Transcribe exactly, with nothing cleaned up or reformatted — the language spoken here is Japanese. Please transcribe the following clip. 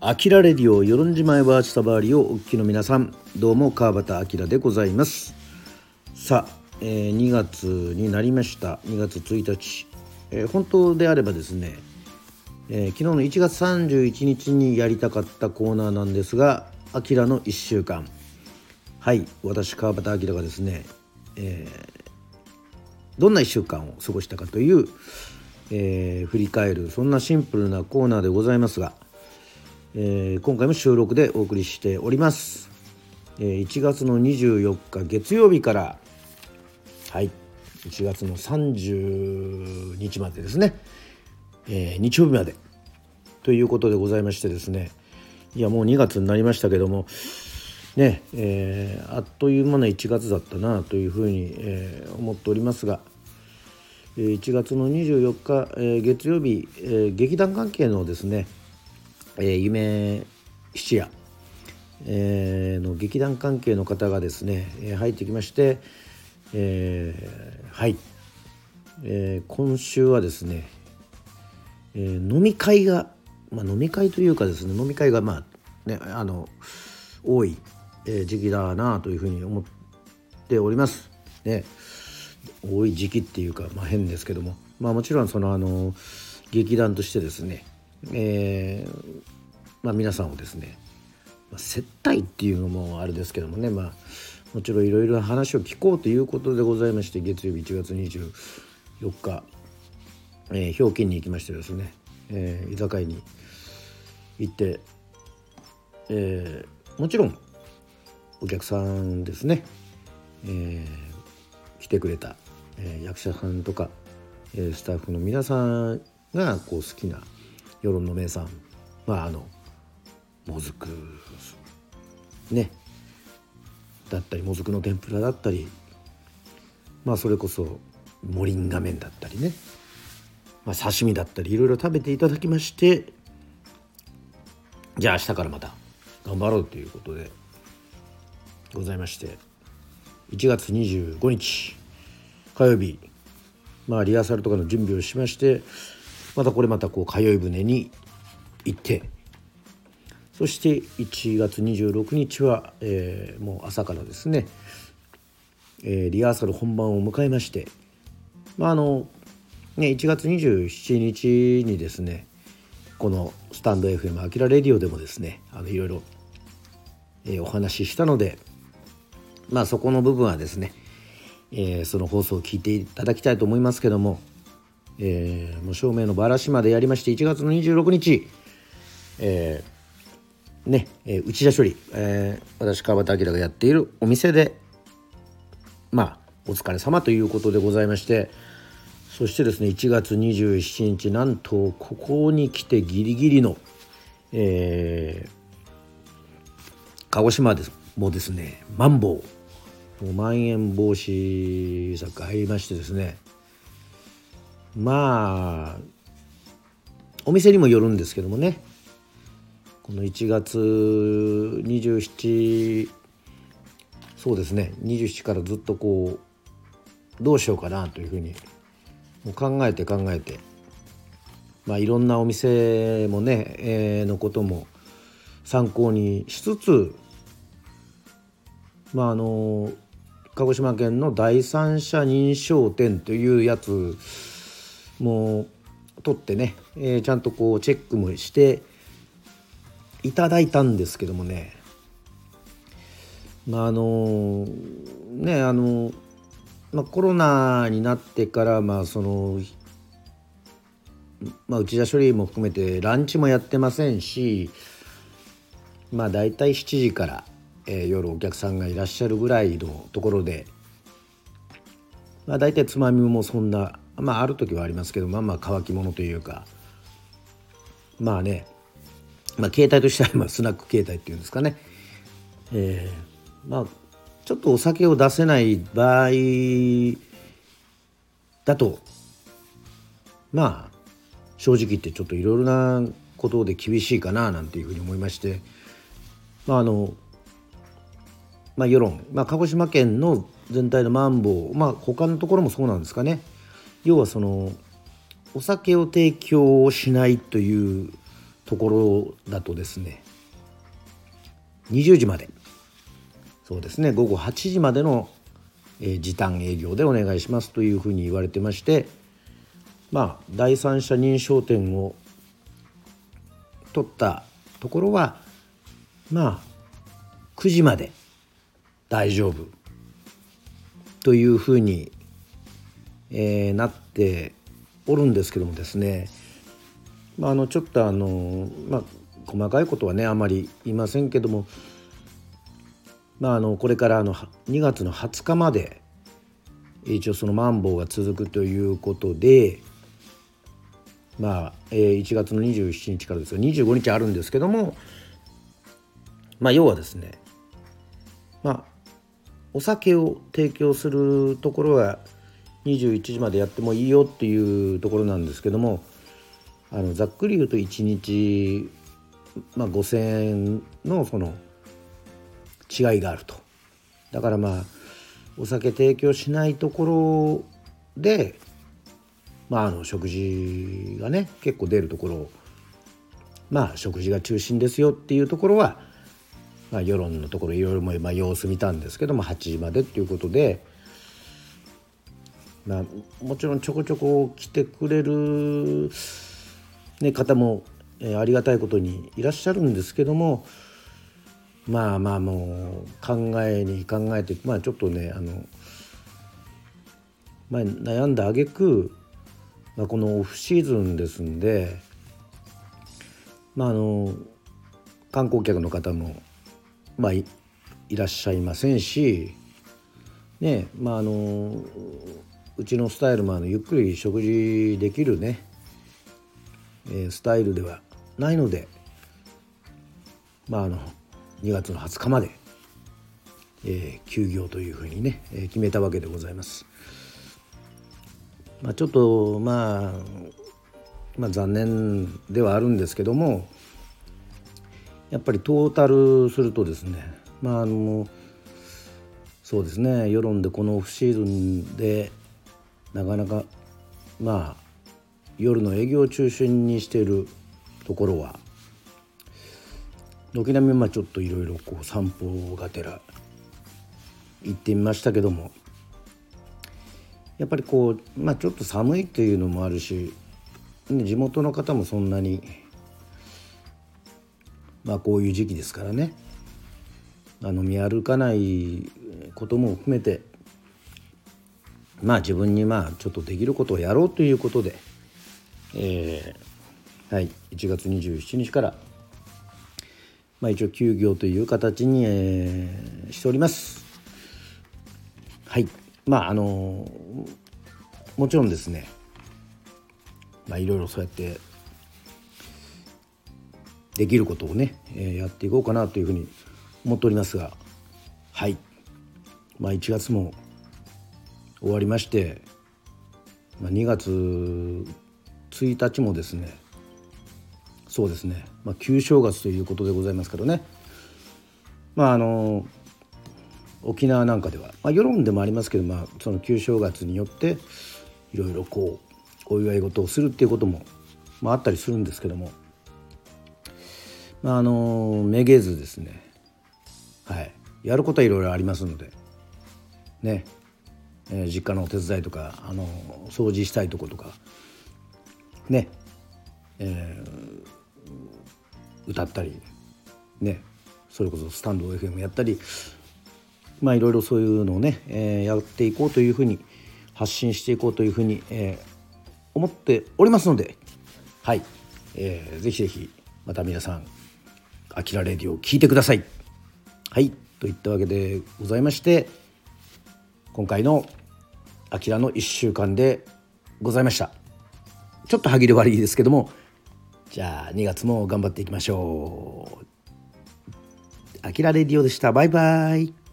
アキラレディオよろんじまいはちさばりをお聞きの皆さん、どうも川端明でございます。さあ、えー、にがつになりました。にがつついたち、えー、本当であればですね、えー、昨日のいちがつさんじゅういちにちにやりたかったコーナーなんですが、アキラのいっしゅうかん、はい私川端明がですね、えー、どんないっしゅうかんを過ごしたかという、えー、振り返るそんなシンプルなコーナーでございますが、えー、今回も収録でお送りしております。えー、いちがつのにじゅうよっか月曜日からはいいちがつのさんじゅうにちまでですね、えー、日曜日までということでございましてですね、いやもうにがつになりましたけどもね、えー、あっという間ないちがつだったなというふうに、えー、思っておりますが、いちがつのにじゅうよっか、えー、月曜日、えー、劇団関係のですね、えー、夢質屋、えー、の劇団関係の方がですね、えー、入ってきまして、えー、はい、えー、今週はですね、えー、飲み会が、まあ、飲み会というかですね飲み会がまあねあの多い、えー、時期だなというふうに思っておりますね。多い時期っていうか、まあ、変ですけども、まあ、もちろんそのあの劇団としてですね、えーまあ、皆さんをですね、まあ、接待っていうのもあれですけどもね、まあ、もちろんいろいろ話を聞こうということでございまして、月曜日いちがつにじゅうよっか、えー、ひょうきんに行きましてですね、えー、居酒屋に行って、えー、もちろんお客さんですね、えー、来てくれた、えー、役者さんとか、えー、スタッフの皆さんがこう好きな世論の名産、まああのもずくねだったり、もずくの天ぷらだったり、まあそれこそモリンガ麺だったりね、まあ、刺身だったりいろいろ食べていただきまして、じゃあ明日からまた頑張ろうということでございまして、いちがつにじゅうごにち火曜日、まあリハーサルとかの準備をしまして、またこれまたこう通い船に行って、そしていちがつにじゅうろくにちは、えー、もう朝からですね、えー、リハーサル本番を迎えまして、まああのね、いちがつにじゅうしちにちにですね、このスタンド エフエム アキラレディオでもですね、あのいろいろ、えー、お話ししたので、まあそこの部分はですね、えー、その放送を聞いていただきたいと思いますけども、えー、もう照明のばらしまでやりまして、いちがつのにじゅうろくにち、えーねえー、内田処理、えー、私川端明がやっているお店でまあお疲れ様ということでございまして、そしてですねいちがつにじゅうしちにち、なんとここに来てギリギリの、えー、鹿児島ですもうですねマンボウ、もうまん延防止策入りましてですね、まあお店にもよるんですけどもね、このいちがつにじゅうしち、そうですねにじゅうしちからずっとこうどうしようかなというふうにもう考えて考えて、まあいろんなお店もね、えー、のことも参考にしつつ、まああの鹿児島県の第三者認証店というやつも取ってね、えー、ちゃんとこうチェックもしていただいたんですけどもね、まああのねあの、まあ、コロナになってからまあその、まあ、内田処理も含めてランチもやってませんし、まあだいたいしちじから、えー、夜お客さんがいらっしゃるぐらいのところで、まあだいたいつまみもそんなまあある時はありますけど、まあまあ乾き物というか、まあねまあ形態としてはまあスナック形態っていうんですかね、えー、まあちょっとお酒を出せない場合だとまあ正直言ってちょっといろいろなことで厳しいかななんていうふうに思いまして、まああのまあ世論、まあ、鹿児島県の全体のマンボウ、まあ他のところもそうなんですかね、要はそのお酒を提供しないというところだとですね、にじゅうじまで、そうですね、ごごはちじまでの、えー、時短営業でお願いしますというふうに言われてまして、まあ第三者認証店を取ったところはまあくじまで大丈夫というふうに、えー、なっておるんですけどもですね、まあ、あのちょっとあの、まあ、細かいことはねあまり言いませんけども、まあ、あのこれからあのにがつのはつかまで一応そのマンボウが続くということで、まあえー、いちがつのにじゅうしちにちからですがにじゅうごにちあるんですけども、まあ要はですね、まあお酒を提供するところはにじゅういちじまでやってもいいよっていうところなんですけども、あのざっくり言うといちにち、まあ、ごせんえんのその違いがあると。だからまあお酒提供しないところで、まあ、あの食事がね結構出るところ、まあ食事が中心ですよっていうところは、まあ、世論のところいろいろも、まあ、様子見たんですけどもはちじまでっていうことで、まあ、もちろんちょこちょこ来てくれる、ね、方も、えー、ありがたいことにいらっしゃるんですけども、まあまあもう考えに考えて、まあちょっとねあの、まあ、悩んだ挙句、まあ、このオフシーズンですんで、まああの観光客の方もまあ い, いらっしゃいませんし、ね、まああのうちのスタイルもあのゆっくり食事できるね、えー、スタイルではないので、まああのにがつのはつかまで、えー、休業というふうにね、えー、決めたわけでございます。まあ、ちょっと、まあ、まあ残念ではあるんですけども、やっぱりトータルするとですね、まああのそうですね、世論でこのオフシーズンでなかなかまあ夜の営業を中心にしているところは軒並みまあちょっといろいろこう散歩がてら行ってみましたけども、やっぱりこうまあちょっと寒いっていうのもあるし、地元の方もそんなにまあこういう時期ですからね、あの見歩かないことも含めて、まあ自分にまあちょっとできることをやろうということで、えー、はいいちがつにじゅうしちにちからまあ一応休業という形に、えー、しております。はい、まああのもちろんですね、まあいろいろそうやってできることをね、えー、やっていこうかなというふうに思っておりますが、はい、まあいちがつも終わりまして、まあ、にがつついたちもですね、そうですね、まあ、旧正月ということでございますからね、まああの沖縄なんかでは、まあ、世論でもありますけど、まあ、その旧正月によっていろいろこうお祝い事をするっていうことも、まあ、あったりするんですけども、まああのめげずですね、はい、やることはいろいろありますのでね、えー、実家のお手伝いとか、あの掃除したいとことかね、えー、歌ったりね、それこそスタンド エフエム やったり、まあいろいろそういうのをね、えー、やっていこうというふうに発信していこうというふうに、えー、思っておりますので、はい、えー、ぜひぜひまた皆さんアキラレディを聞いてください。はい、といったわけでございまして、今回のアキラのいっしゅうかんでございました。ちょっと歯切れ悪いですけども、じゃあにがつも頑張っていきましょう。アキラレディオでした。バイバイ。